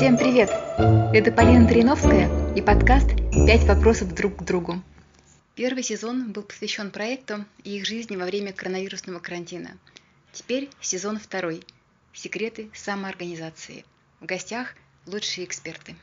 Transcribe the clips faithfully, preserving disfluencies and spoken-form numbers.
Всем привет! Это Полина Триновская и подкаст «Пять вопросов друг к другу». Первый сезон был посвящен проекту и их жизни во время коронавирусного карантина. Теперь сезон второй «Секреты самоорганизации». В гостях лучшие эксперты.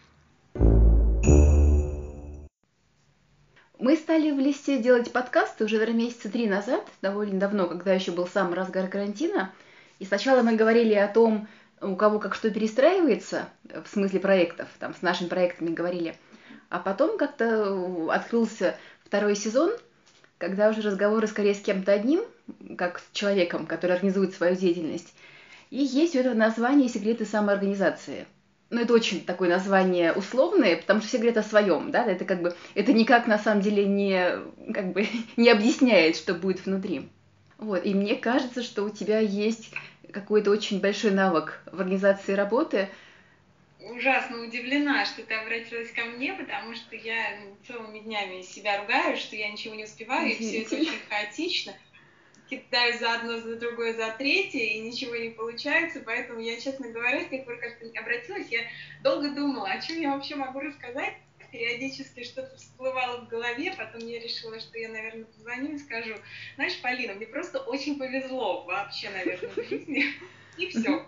Мы стали в Листе делать подкасты уже, наверное, месяца три назад, довольно давно, когда еще был самый разгар карантина. И сначала мы говорили о том, у кого как что перестраивается, в смысле проектов, там с нашими проектами говорили. А потом как-то открылся второй сезон, когда уже разговоры скорее с кем-то одним, как с человеком, который организует свою деятельность. И есть у этого название «Секреты самоорганизации». Ну, это очень такое название условное, потому что все говорят о своем, да, это как бы, это никак на самом деле не, как бы, не объясняет, что будет внутри. Вот, и мне кажется, что у тебя есть какой-то очень большой навык в организации работы. Ужасно удивлена, что ты обратилась ко мне, потому что я целыми днями себя ругаю, что я ничего не успеваю, и все это очень хаотично. Кидаю за одно, за другое, за третье, и ничего не получается, поэтому я, честно говоря, с тех пор, как ты обратилась, я долго думала, о чем я вообще могу рассказать. Периодически что-то всплывало в голове, потом я решила, что я, наверное, позвоню и скажу: знаешь, Полина, мне просто очень повезло вообще, наверное, в жизни. И все.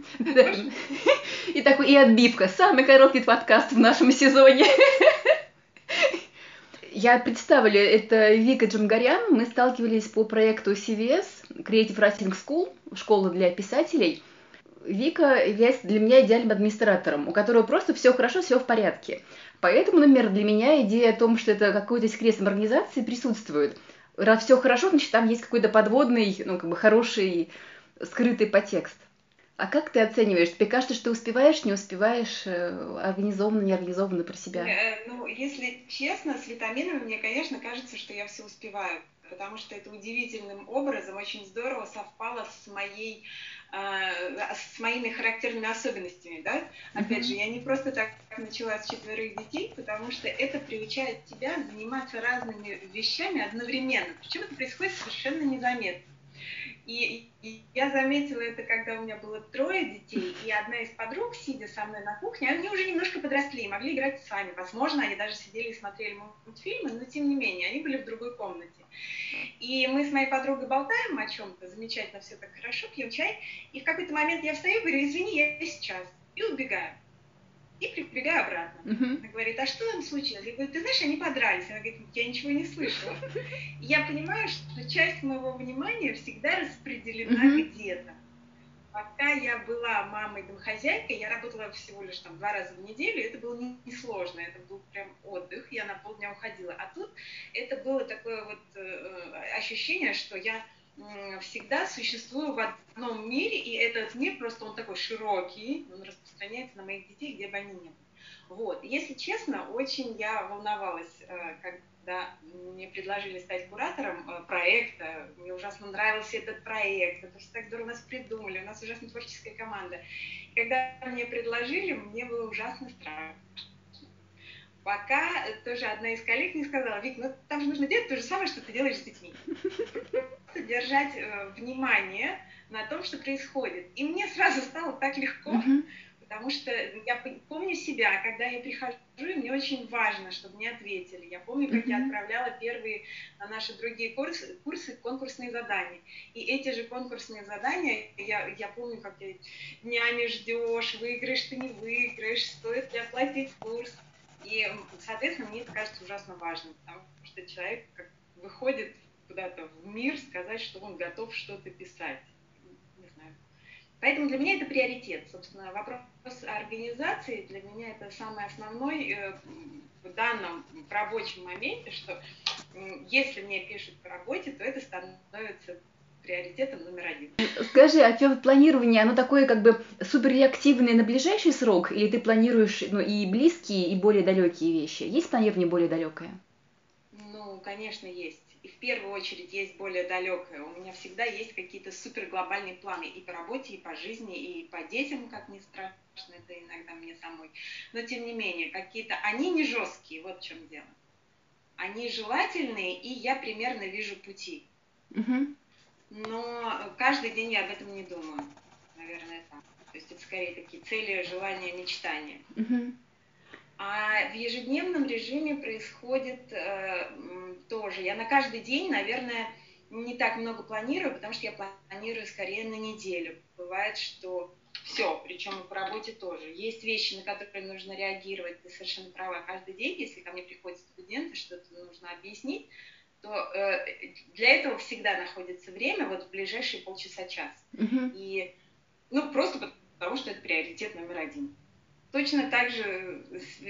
И такой, и отбивка. Самый короткий подкаст в нашем сезоне. Я представлю, это Вика Джамгарян. Мы сталкивались по проекту си ви эс, Creative Writing School, школа для писателей. Вика является для меня идеальным администратором, у которого просто все хорошо, все в порядке. Поэтому, например, для меня идея о том, что это какой-то секрет самоорганизации присутствует. Раз все хорошо, значит, там есть какой-то подводный, ну, как бы хороший, скрытый подтекст. А как ты оцениваешь? Тебе кажется, что ты успеваешь, не успеваешь, организованно, неорганизованно про себя? Ну, если честно, с витаминами мне, конечно, кажется, что я все успеваю, потому что это удивительным образом очень здорово совпало с моей, э, с моими характерными особенностями, да? Опять uh-huh. же, я не просто так начала с четверых детей, потому что это приучает тебя заниматься разными вещами одновременно, причем это происходит совершенно незаметно. И, и я заметила это, когда у меня было трое детей, и одна из подруг, сидя со мной на кухне, они уже немножко подросли и могли играть с вами. Возможно, они даже сидели и смотрели мультфильмы, но тем не менее, они были в другой комнате. И мы с моей подругой болтаем о чем-то, замечательно, все так хорошо, пьем чай, и в какой-то момент я встаю и говорю: извини, я сейчас, и убегаю. И прибегаю обратно. Uh-huh. Она говорит: а что там случилось? Я говорю: ты знаешь, они подрались. Она говорит: я ничего не слышала. И я понимаю, что часть моего внимания всегда распределена uh-huh. где-то. Пока я была мамой-домохозяйкой, я работала всего лишь там два раза в неделю, это было несложно, это был прям отдых, я на полдня уходила. А тут это было такое вот э, ощущение, что я всегда существую в одном мире, и этот мир просто он такой широкий, он распространяется на моих детей, где бы они ни были. Вот. Если честно, очень я волновалась, когда мне предложили стать куратором проекта. Мне ужасно нравился этот проект, это все так здорово у нас придумали, у нас ужасно творческая команда. И когда мне предложили, мне было ужасно страшно. Пока тоже одна из коллег мне сказала: Вик, ну там же нужно делать то же самое, что ты делаешь с детьми. Держать э, внимание на том, что происходит. И мне сразу стало так легко, uh-huh. потому что я помню себя, когда я прихожу, и мне очень важно, чтобы мне ответили. Я помню, как uh-huh. я отправляла первые на наши другие курсы, курсы конкурсные задания. И эти же конкурсные задания, я, я помню, как я днями ждешь, выиграешь ты, не выиграешь, стоит ли оплатить курс. И, соответственно, мне это кажется ужасно важным, потому что человек как выходит куда-то в мир, сказать, что он готов что-то писать. Не знаю. Поэтому для меня это приоритет. Собственно, вопрос организации для меня это самый основной э, в данном в рабочем моменте, что э, если мне пишут по работе, то это становится приоритетом номер один. Скажи, а твое планирование, оно такое как бы суперреактивное на ближайший срок, или ты планируешь ну, и близкие, и более далекие вещи? Есть планирование более далекое? Ну, конечно, есть. И в первую очередь есть более далекое. У меня всегда есть какие-то суперглобальные планы и по работе, и по жизни, и по детям, как ни страшно, это иногда мне самой. Но тем не менее, какие-то, они не жесткие, вот в чем дело. Они желательные, и я примерно вижу пути. Uh-huh. Но каждый день я об этом не думаю, наверное, так. То есть это скорее такие цели, желания, мечтания. Угу. А в ежедневном режиме происходит э, тоже. Я на каждый день, наверное, не так много планирую, потому что я планирую скорее на неделю. Бывает, что все, причем и по работе тоже. Есть вещи, на которые нужно реагировать, ты совершенно права. Каждый день, если ко мне приходят студенты, что-то нужно объяснить, то э, для этого всегда находится время, вот в ближайшие полчаса-час. Угу. И, ну, просто потому что это приоритет номер один. Точно так же,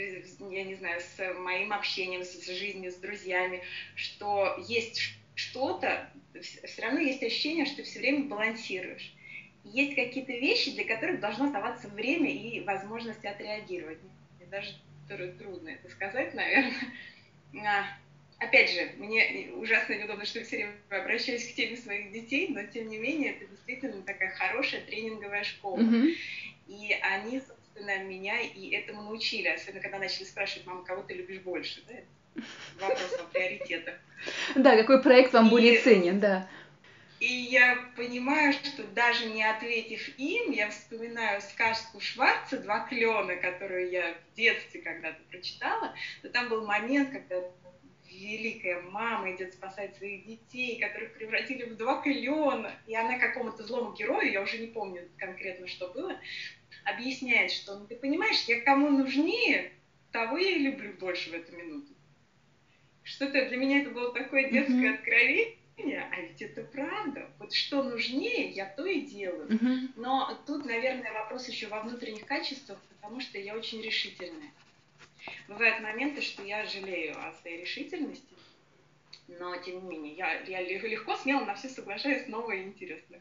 я не знаю, с моим общением, с жизнью, с друзьями, что есть что-то, все равно есть ощущение, что ты все время балансируешь. Есть какие-то вещи, для которых должно оставаться время и возможность отреагировать. Мне даже трудно это сказать, наверное. Опять же, мне ужасно неудобно, что я все время обращаюсь к теме своих детей, но тем не менее это действительно такая хорошая тренинговая школа. Mm-hmm. И они, собственно, меня и этому научили, особенно когда начали спрашивать: мама, кого ты любишь больше? Да? Вопрос о приоритетах. Да, какой проект вам и, более ценен, да. И я понимаю, что даже не ответив им, я вспоминаю сказку Шварца «Два клена», которую я в детстве когда-то прочитала, то там был момент, когда великая мама идет спасать своих детей, которых превратили в два клена, и она какому-то злому герою, я уже не помню конкретно, что было, объясняет, что, ну, ты понимаешь, я кому нужнее, того я и люблю больше в эту минуту. Что-то для меня это было такое детское uh-huh. откровение, а ведь это правда. Вот что нужнее, я то и делаю. Uh-huh. Но тут, наверное, вопрос еще во внутренних качествах, потому что я очень решительная. Бывают моменты, что я жалею о своей решительности, но, тем не менее, я, я легко, смело на все соглашаюсь, новое и интересное.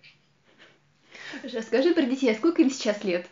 Расскажи про детей, а сколько им сейчас лет?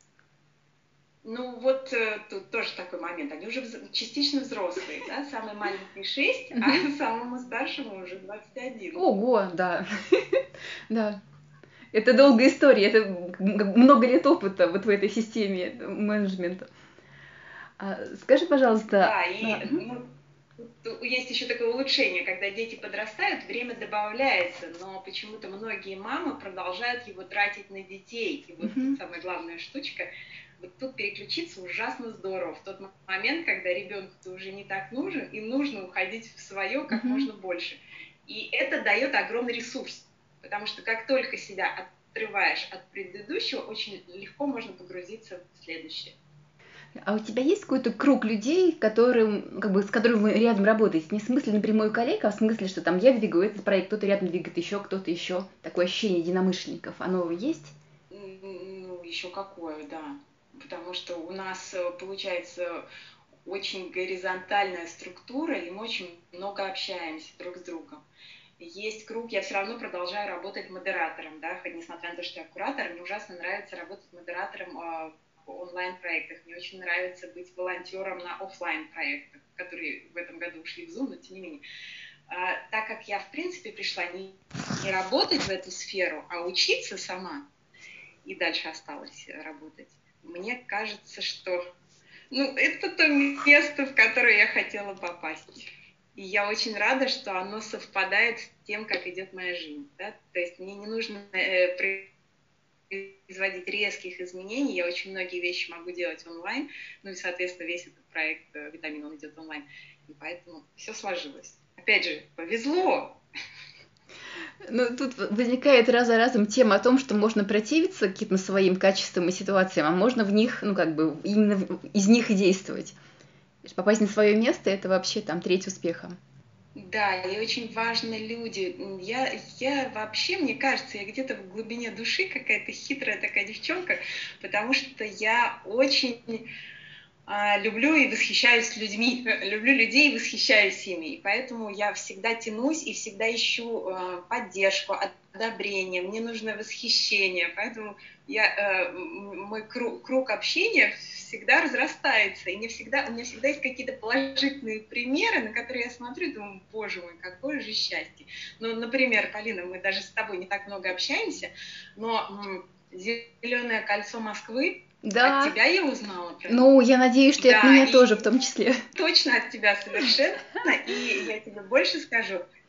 Ну, вот тут тоже такой момент. Они уже частично взрослые, да? Самый маленький шесть, а самому старшему уже двадцать один. Ого, да. Да. Это долгая история, это много лет опыта вот в этой системе менеджмента. Скажи, пожалуйста... Да, и ну, есть еще такое улучшение, когда дети подрастают, время добавляется, но почему-то многие мамы продолжают его тратить на детей. И вот uh-huh. самая главная штучка, вот тут переключиться ужасно здорово. В тот момент, когда ребенку уже не так нужен, и нужно уходить в свое как uh-huh. можно больше. И это дает огромный ресурс, потому что как только себя отрываешь от предыдущего, очень легко можно погрузиться в следующее. А у тебя есть какой-то круг людей, которым, как бы, с которыми вы рядом работаете? Не в смысле напрямую коллега, а в смысле, что там я двигаю этот проект, кто-то рядом двигает еще, кто-то еще. Такое ощущение единомышленников. Оно есть? Ну, еще какое, да. Потому что у нас получается очень горизонтальная структура, и мы очень много общаемся друг с другом. Есть круг, я все равно продолжаю работать модератором, да, хоть несмотря на то, что я куратор, мне ужасно нравится работать модератором в онлайн-проектах. Мне очень нравится быть волонтером на офлайн-проектах, которые в этом году ушли в Zoom, но тем не менее. А, так как я, в принципе, пришла не, не работать в эту сферу, а учиться сама, и дальше осталось работать, мне кажется, что ну, это то место, в которое я хотела попасть. И я очень рада, что оно совпадает с тем, как идет моя жизнь. Да? То есть мне не нужно э, производить резких изменений, я очень многие вещи могу делать онлайн, ну и, соответственно, весь этот проект «Витамин», он идет онлайн. И поэтому все сложилось. Опять же, повезло! Ну, тут возникает раз за разом тема о том, что можно противиться каким-то своим качествам и ситуациям, а можно в них, ну, как бы, именно из них и действовать. Попасть на свое место – это вообще там треть успеха. Да, и очень важны люди. Я, я вообще, мне кажется, я где-то в глубине души какая-то хитрая такая девчонка, потому что я очень а, люблю и восхищаюсь людьми, люблю людей и восхищаюсь ими. И поэтому я всегда тянусь и всегда ищу а, поддержку, одобрение, мне нужно восхищение. Поэтому я, а, мой круг, круг общения всегда разрастается, и мне всегда, у меня всегда есть какие-то положительные примеры, на которые я смотрю и думаю: боже мой, какое же счастье. Ну, например, Полина, мы даже с тобой не так много общаемся, но м, «Зеленое кольцо Москвы», да. От тебя я узнала. Правда? Ну, я надеюсь, что да, и от меня тоже в том числе. Точно от тебя совершенно. И я тебе больше скажу,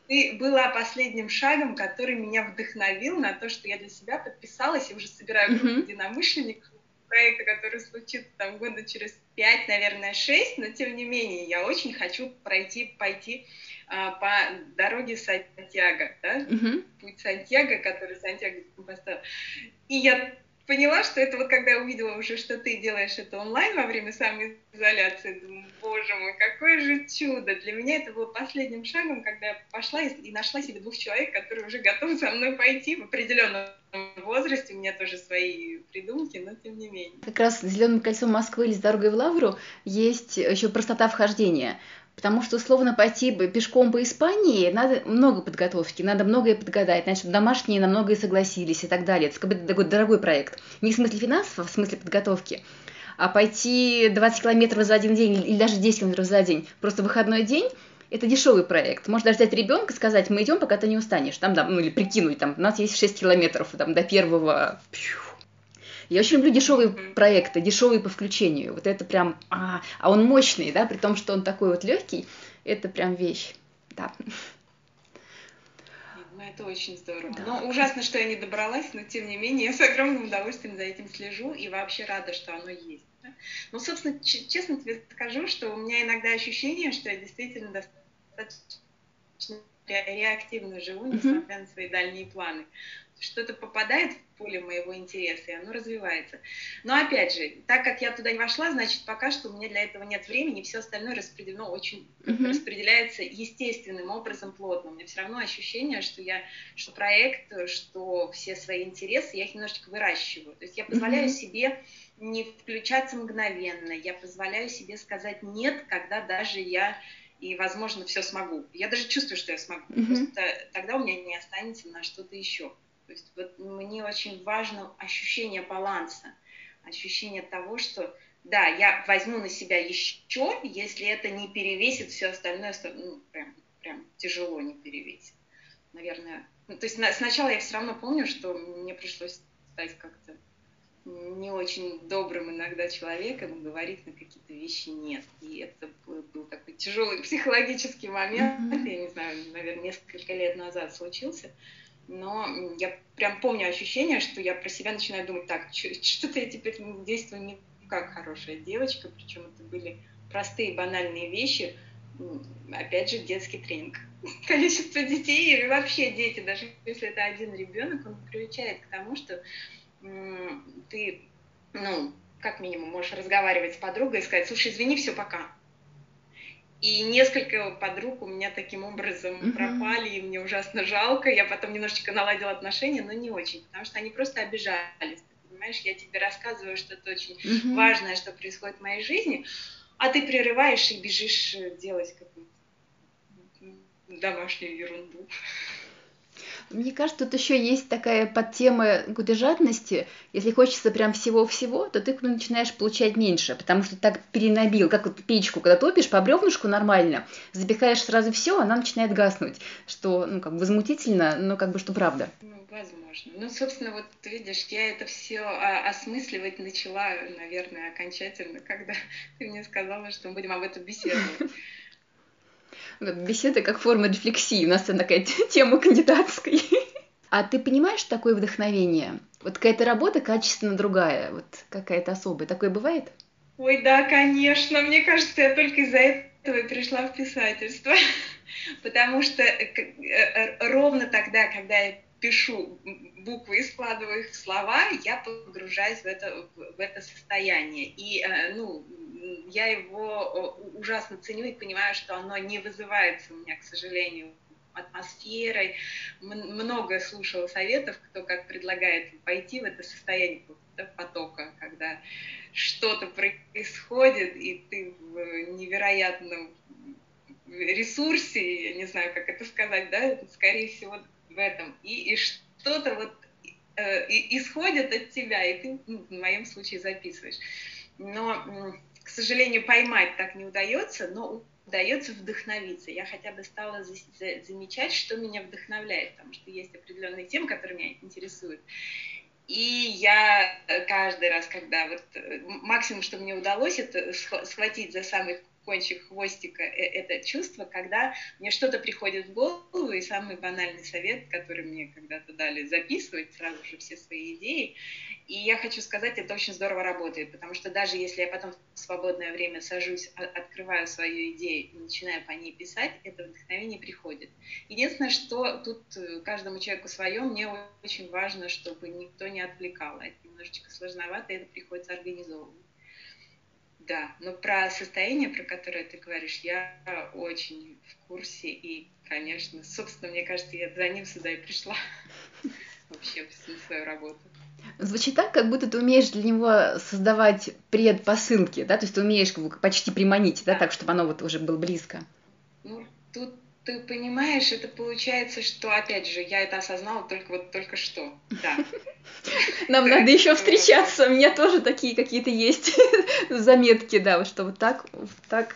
ты была последним шагом, который меня вдохновил на то, что я для себя подписалась и уже собираю группу Мгм. единомышленников проекта, который случится там года через пять, наверное, шесть, но тем не менее я очень хочу пройти, пойти а, по дороге Сантьяго, да? Мгм. Путь Сантьяго, который Сантьяго поставил. И я поняла, что это вот когда я увидела уже, что ты делаешь это онлайн во время самоизоляции, думаю, боже мой, какое же чудо. Для меня это было последним шагом, когда я пошла и, и нашла себе двух человек, которые уже готовы со мной пойти в определенном возрасте. У меня тоже свои придумки, но тем не менее. Как раз с «Зеленым кольцом Москвы» или с «Дорогой в Лавру» есть еще простота вхождения. Потому что, условно, пойти бы пешком по Испании надо много подготовки, надо многое подгадать, значит, чтобы домашние на многое согласились и так далее. Это как бы такой дорогой проект. Не в смысле финансов, а в смысле подготовки. А пойти двадцать километров за один день или даже десять километров за день, просто выходной день, это дешевый проект. Можно даже взять ребенка и сказать, мы идем, пока ты не устанешь. Там, да, ну или прикинуть, там, у нас есть шесть километров там, до первого. Я очень люблю дешевые Мгм. проекты, дешевые по включению. Вот это прям, а, а он мощный, да, при том, что он такой вот легкий, это прям вещь, да. Ну, это очень здорово. Да. Но ужасно, что я не добралась, но тем не менее я с огромным удовольствием за этим слежу и вообще рада, что оно есть. Да? Ну, собственно, ч- честно тебе скажу, что у меня иногда ощущение, что я действительно достаточно ре- реактивно живу, Мгм. несмотря на свои дальние планы. Что-то попадает в поле моего интереса, и оно развивается. Но опять же, так как я туда не вошла, значит, пока что у меня для этого нет времени, все остальное распределено очень, Мгм. распределяется естественным образом, плотно. У меня все равно ощущение, что я, что проект, что все свои интересы, я их немножечко выращиваю. То есть я позволяю Мгм. себе не включаться мгновенно, я позволяю себе сказать «нет», когда даже я и, возможно, все смогу. Я даже чувствую, что я смогу. Мгм. Просто тогда у меня не останется на что-то еще. То есть вот мне очень важно ощущение баланса, ощущение того, что да, я возьму на себя еще, если это не перевесит все остальное, ну, прям, прям тяжело не перевесит. Наверное. Ну, то есть на, сначала я все равно помню, что мне пришлось стать как-то не очень добрым иногда человеком и говорить на какие-то вещи нет. И это был, был такой тяжелый психологический момент, Мгм. я не знаю, наверное, несколько лет назад случился. Но я прям помню ощущение, что я про себя начинаю думать, так, что-то я теперь действую не как хорошая девочка, причем это были простые банальные вещи, опять же, детский тренинг. Количество детей или вообще дети, даже если это один ребенок, он приучает к тому, что ты, ну, как минимум, можешь разговаривать с подругой и сказать, слушай, извини, все, пока. И несколько подруг у меня таким образом Мгм. пропали, и мне ужасно жалко. Я потом немножечко наладила отношения, но не очень, потому что они просто обижались. Ты понимаешь, я тебе рассказываю что-то очень Мгм. важное, что происходит в моей жизни, а ты прерываешь и бежишь делать какую-то домашнюю ерунду. Мне кажется, тут еще есть такая подтема какой-то жадности. Если хочется прям всего-всего, то ты начинаешь получать меньше, потому что так перенабил, как вот печку, когда топишь по бревнышку нормально, запихаешь сразу все, она начинает гаснуть, что, ну, как бы возмутительно, но как бы что правда. Ну, возможно. Ну, собственно, вот видишь, я это все осмысливать начала, наверное, окончательно, когда ты мне сказала, что мы будем об этом беседовать. Беседа как форма рефлексии. У нас такая тема кандидатской. А ты понимаешь такое вдохновение? Вот какая-то работа качественно другая, вот какая-то особая. Такое бывает? Ой, да, конечно. Мне кажется, я только из-за этого и пришла в писательство. Потому что ровно тогда, когда я пишу буквы и складываю их в слова, я погружаюсь в это, в это состояние. И, ну, я его ужасно ценю и понимаю, что оно не вызывается у меня, к сожалению, атмосферой. Много слушала советов, кто как предлагает войти в это состояние потока, когда что-то происходит, и ты в невероятном ресурсе, я не знаю, как это сказать, да, скорее всего, в этом. И, и что-то вот э, исходит от тебя, и ты, ну, в моем случае, записываешь. Но, к сожалению, поймать так не удается, но удается вдохновиться. Я хотя бы стала за, за, замечать, что меня вдохновляет, потому что есть определенные темы, которые меня интересуют. И я каждый раз, когда вот максимум, что мне удалось, это схватить за самый кончик хвостика это чувство, когда мне что-то приходит в голову, и самый банальный совет, который мне когда-то дали, записывать сразу же все свои идеи. И я хочу сказать, это очень здорово работает, потому что даже если я потом в свободное время сажусь, открываю свою идею и начинаю по ней писать, это вдохновение приходит. Единственное, что тут каждому человеку свое, мне очень важно, чтобы никто не отвлекал. Это немножечко сложновато, и это приходится организовывать. Да, но про состояние, про которое ты говоришь, я очень в курсе. И, конечно, собственно, мне кажется, я за ним сюда и пришла. Вообще, всю свою работу. Звучит так, как будто ты умеешь для него создавать предпосылки, да? То есть ты умеешь почти приманить, да, да, так, чтобы оно вот уже было близко. Ну, тут ты понимаешь, это получается, что, опять же, я это осознала только вот только что. Да. Нам надо еще встречаться. У меня тоже такие какие-то есть заметки, да, вот что вот так, вот так.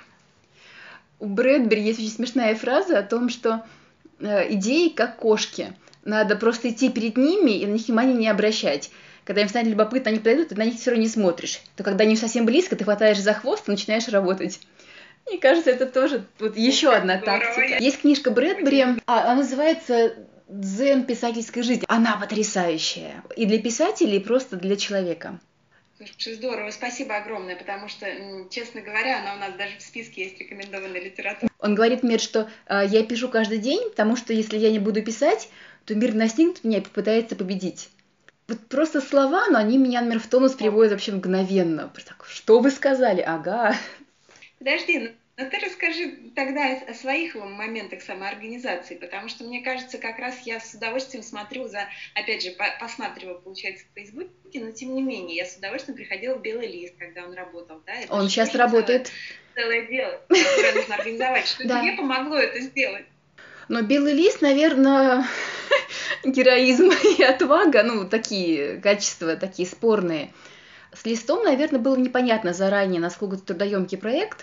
У Брэдбери есть очень смешная фраза о том, что э, идеи как кошки. Надо просто идти перед ними и на них внимания не обращать. Когда им станет любопытно, они подойдут, ты на них все равно не смотришь. То когда они совсем близко, ты хватаешь за хвост и начинаешь работать. Мне кажется, это тоже вот еще одна тактика. Есть книжка Брэдбери, а, она называется «Дзен писательской жизни». Она потрясающая. И для писателей, и просто для человека. Слушай, здорово, спасибо огромное, потому что, честно говоря, она у нас даже в списке есть рекомендованная литература. Он говорит мне, что э, я пишу каждый день, потому что если я не буду писать, то мир настигнет меня и попытается победить. Вот просто слова, но они меня, например, в тонус приводят вообще мгновенно. Так, что вы сказали? Ага. Подожди, ну ты расскажи тогда о своих моментах самоорганизации, потому что, мне кажется, как раз я с удовольствием смотрю за, опять же, посматривала, получается, в Фейсбуке, но тем не менее, я с удовольствием приходила в Белый лист, когда он работал. Да? Это он сейчас работает. Целое, целое дело, которое нужно организовать. Что да. тебе помогло это сделать? Но Белый лист, наверное, героизм и отвага, ну, такие качества, такие спорные. С листом, наверное, было непонятно заранее, насколько это трудоемкий проект,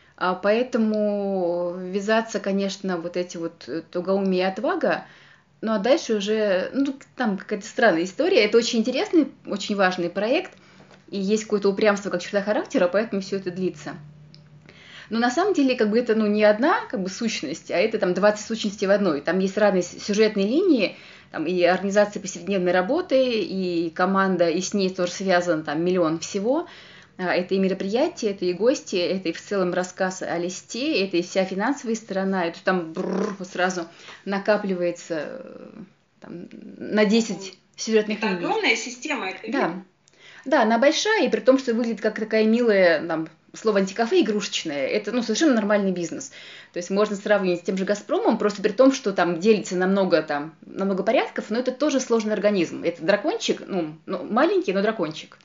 поэтому ввязаться, конечно, вот эти вот тугоумие и отвага, ну а дальше уже, ну там какая-то странная история, это очень интересный, очень важный проект, и есть какое-то упрямство как черта характера, поэтому все это длится. Но на самом деле, как бы это, ну, не одна, как бы, сущность, а это там двадцать сущностей в одной. Там есть разные сюжетные линии, там и организация повседневной работы, и команда, и с ней тоже связан там миллион всего. Это и мероприятия, это и гости, это и в целом рассказ о листе, это и вся финансовая сторона, это там бррр, сразу накапливается там, на десять сюжетных это линий. Это огромная система, это да. видно. Да, она большая, и при том, что выглядит как такая милая, там, слово антикафе игрушечное, это, ну, совершенно нормальный бизнес. То есть можно сравнить с тем же «Газпромом», просто при том, что там делится на много, там, на много порядков, но это тоже сложный организм. Это дракончик, ну, ну маленький, но дракончик.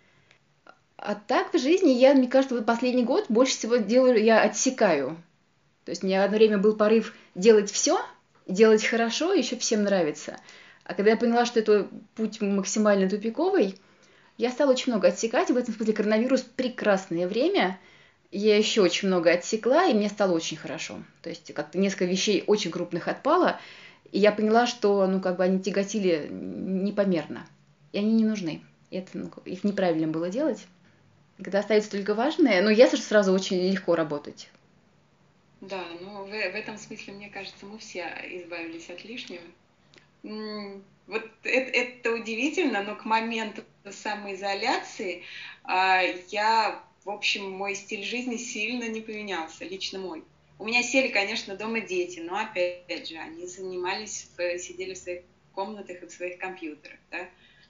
А так в жизни я, мне кажется, вот последний год больше всего делаю, я отсекаю. То есть у меня одно время был порыв делать все, делать хорошо, еще всем нравится. А когда я поняла, что это путь максимально тупиковый, я стала очень много отсекать, и в этом смысле коронавирус – прекрасное время. Я еще очень много отсекла, и мне стало очень хорошо. То есть как-то несколько вещей очень крупных отпало, и я поняла, что ну, как бы они тяготили непомерно, и они не нужны. Это, ну, их неправильно было делать. Когда остается только важное, но ясно, что сразу очень легко работать. Да, ну в, в этом смысле, мне кажется, мы все избавились от лишнего. Вот это, это удивительно, но к моменту самоизоляции а, я, в общем, мой стиль жизни сильно не поменялся, лично мой. У меня сели, конечно, дома дети, но опять же, они занимались, сидели в своих комнатах и в своих компьютерах. Да?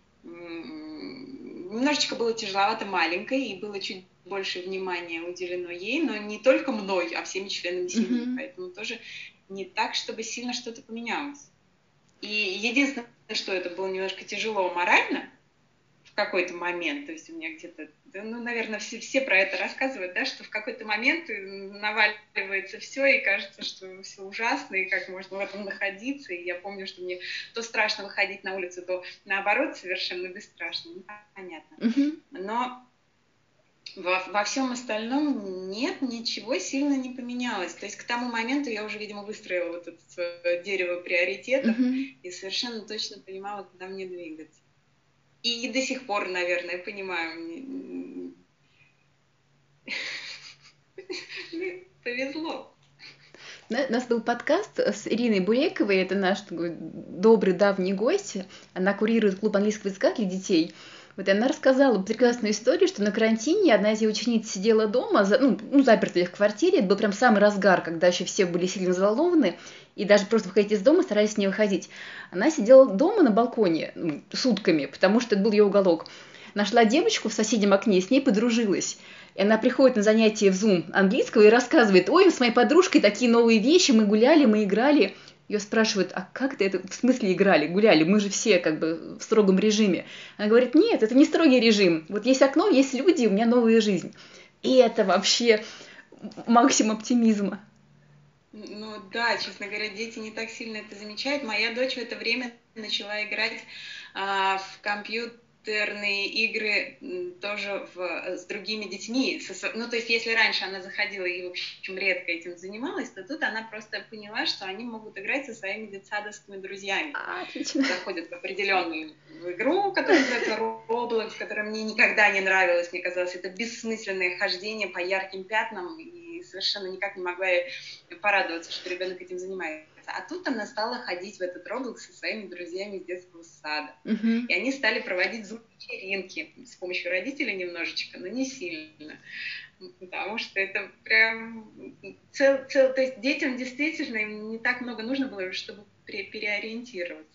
Немножечко было тяжеловато маленькой, и было чуть больше внимания уделено ей, но не только мной, а всеми членами семьи. Mm-hmm. Поэтому тоже не так, чтобы сильно что-то поменялось. И единственное, что это было немножко тяжело морально в какой-то момент, то есть у меня где-то, ну, наверное, все, все про это рассказывают, да, что в какой-то момент наваливается все, и кажется, что все ужасно, и как можно в этом находиться. И я помню, что мне то страшно выходить на улицу, то наоборот совершенно бесстрашно, непонятно. Mm-hmm. Но во, во всем остальном нет, ничего сильно не поменялось. То есть к тому моменту я уже, видимо, выстроила вот это свое дерево приоритетов mm-hmm. и совершенно точно понимала, куда мне двигаться. И до сих пор, наверное, понимаю. У нас был подкаст с Ириной Бурековой, это наш такой добрый давний гость, она курирует клуб английского языка для детей. Вот и она рассказала прекрасную историю, что на карантине одна из ее учениц сидела дома, за, ну, ну, запертая в квартире, это был прям самый разгар, когда еще все были сильно взволнованы, и даже просто выходить из дома старались не выходить. Она сидела дома на балконе ну, сутками, потому что это был ее уголок. Нашла девочку в соседнем окне, с ней подружилась. И она приходит на занятия в Zoom английского и рассказывает: ой, с моей подружкой такие новые вещи, мы гуляли, мы играли. Ее спрашивают: а как ты это, в смысле играли, гуляли, мы же все как бы в строгом режиме. Она говорит: нет, это не строгий режим, вот есть окно, есть люди, у меня новая жизнь. И это вообще максимум оптимизма. Ну да, честно говоря, дети не так сильно это замечают. Моя дочь в это время начала играть а, в компьютерные игры тоже в, с другими детьми. Со, ну то есть если раньше она заходила и, в общем, редко этим занималась, то тут она просто поняла, что они могут играть со своими детсадовскими друзьями. Отлично. Заходят в определенную игру, которая называется Roblox, которая мне никогда не нравилась. Мне казалось, это бессмысленное хождение по ярким пятнам, и совершенно никак не могла порадоваться, что ребенок этим занимается. А тут она стала ходить в этот Roblox со своими друзьями из детского сада. Uh-huh. И они стали проводить зум-вечеринки с помощью родителей немножечко, но не сильно. Потому что это прям... Цел, цел, то есть детям действительно не так много нужно было, чтобы переориентироваться.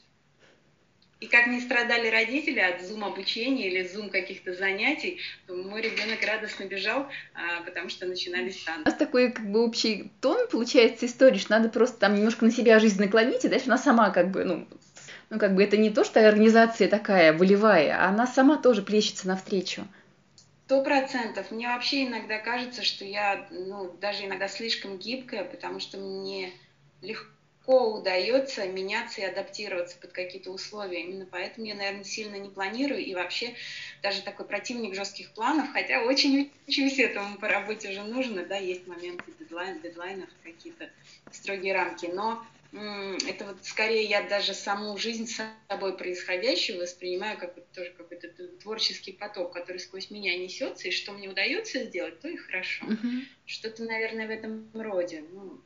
И как не страдали родители от зум-обучения или зум каких-то занятий, то мой ребенок радостно бежал, а, потому что начинались танцы. У нас такой как бы общий тон получается истории, что надо просто там немножко на себя жизнь наклонить, и дальше она сама как бы, ну, ну как бы это не то, что организация такая волевая, а она сама тоже плещется навстречу. Сто процентов. Мне вообще иногда кажется, что я, ну, даже иногда слишком гибкая, потому что мне легко удается меняться и адаптироваться под какие-то условия. Именно поэтому я, наверное, сильно не планирую и вообще даже такой противник жестких планов, хотя очень учусь этому по работе уже нужно, да, есть моменты дедлайн, дедлайнов, какие-то строгие рамки, но м- это вот скорее я даже саму жизнь с собой происходящую воспринимаю как вот тоже какой-то творческий поток, который сквозь меня несется, и что мне удается сделать, то и хорошо. Uh-huh. Что-то, наверное, в этом роде. Ну,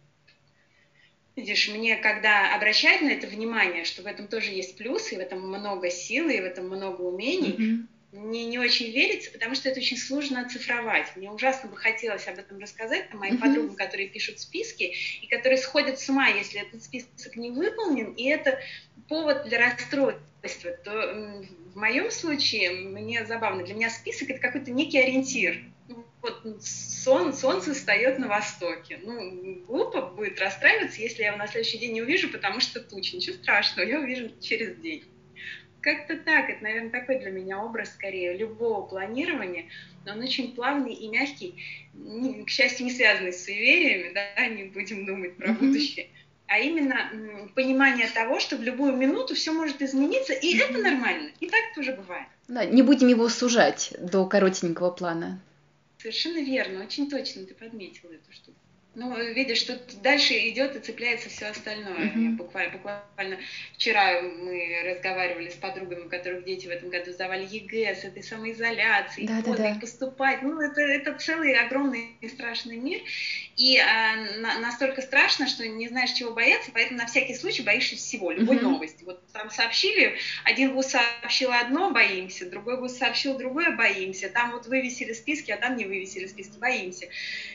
видишь, мне когда обращают на это внимание, что в этом тоже есть плюсы, и в этом много силы, и в этом много умений, mm-hmm. мне не очень верится, потому что это очень сложно оцифровать. Мне ужасно бы хотелось об этом рассказать там, моим mm-hmm. подругам, которые пишут списки, и которые сходят с ума, если этот список не выполнен, и это повод для расстройства. То в моем случае, мне забавно, для меня список – это какой-то некий ориентир. Вот сон, солнце встает на востоке. Ну, глупо будет расстраиваться, если я его на следующий день не увижу, потому что туча. Ничего страшного, я увижу через день. Как-то так, это, наверное, такой для меня образ скорее любого планирования, но он очень плавный и мягкий, не, к счастью, не связанный с суевериями, да, не будем думать про mm-hmm. будущее, а именно м, понимание того, что в любую минуту все может измениться, и mm-hmm. это нормально, и так тоже бывает. Да, не будем его сужать до коротенького плана. Совершенно верно, очень точно ты подметила эту штуку. Ну, видишь, тут дальше идет и цепляется все остальное. Uh-huh. Я буквально, буквально вчера мы разговаривали с подругами, у которых дети в этом году сдавали ЕГЭ, с этой самоизоляцией, да, подвиг, да, да. поступать. Ну, это, это целый огромный и страшный мир. И а, на, настолько страшно, что не знаешь, чего бояться, поэтому на всякий случай боишься всего, любой uh-huh. новости. Вот там сообщили, один вуз сообщил одно, боимся, другой вуз сообщил другое, боимся. Там вот вывесили списки, а там не вывесили списки, боимся.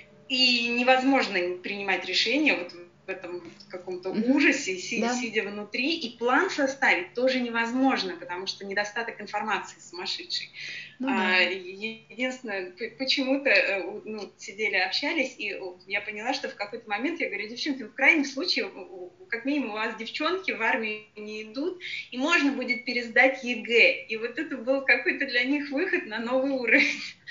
И невозможно принимать решения вот в этом каком-то mm-hmm. ужасе, си- да. сидя внутри. И план составить тоже невозможно, потому что недостаток информации сумасшедший. Ну, а, да. Единственное, почему-то ну, сидели, общались, и я поняла, что в какой-то момент я говорю: девчонки, в крайнем случае, как минимум у вас девчонки в армию не идут, и можно будет пересдать ЕГЭ. И вот это был какой-то для них выход на новый уровень.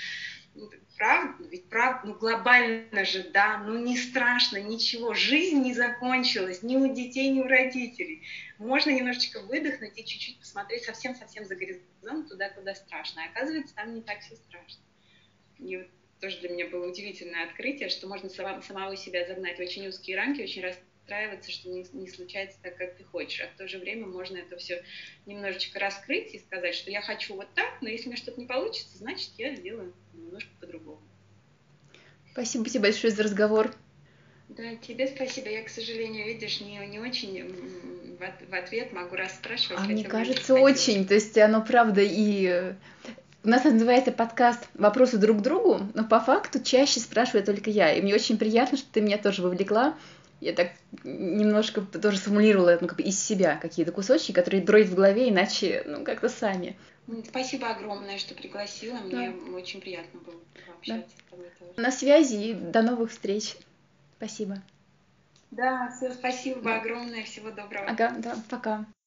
Правда? Ведь правда, ну глобально же, да, ну не страшно, ничего, жизнь не закончилась ни у детей, ни у родителей. Можно немножечко выдохнуть и чуть-чуть посмотреть совсем-совсем за горизонт, туда, куда страшно. А оказывается, там не так все страшно. И вот тоже для меня было удивительное открытие, что можно самого себя загнать в очень узкие рамки, очень расстраиваться, что не, не случается так, как ты хочешь. А в то же время можно это все немножечко раскрыть и сказать, что я хочу вот так, но если у меня что-то не получится, значит, я сделаю немножко по-другому. Спасибо тебе большое за разговор. Да, тебе спасибо. Я, к сожалению, видишь, не, не очень в, от, в ответ могу расспрашивать. А мне кажется, очень. То есть оно правда и... У нас называется подкаст «Вопросы друг к другу», но по факту чаще спрашиваю только я. И мне очень приятно, что ты меня тоже вовлекла. Я так немножко тоже сформулировала, ну, как бы из себя какие-то кусочки, которые бродят в голове, иначе, ну, как-то сами. Спасибо огромное, что пригласила. Мне да. очень приятно было пообщаться. Да. На связи и до новых встреч. Спасибо. Да, все, спасибо да. огромное. Всего доброго. Ага, да, пока.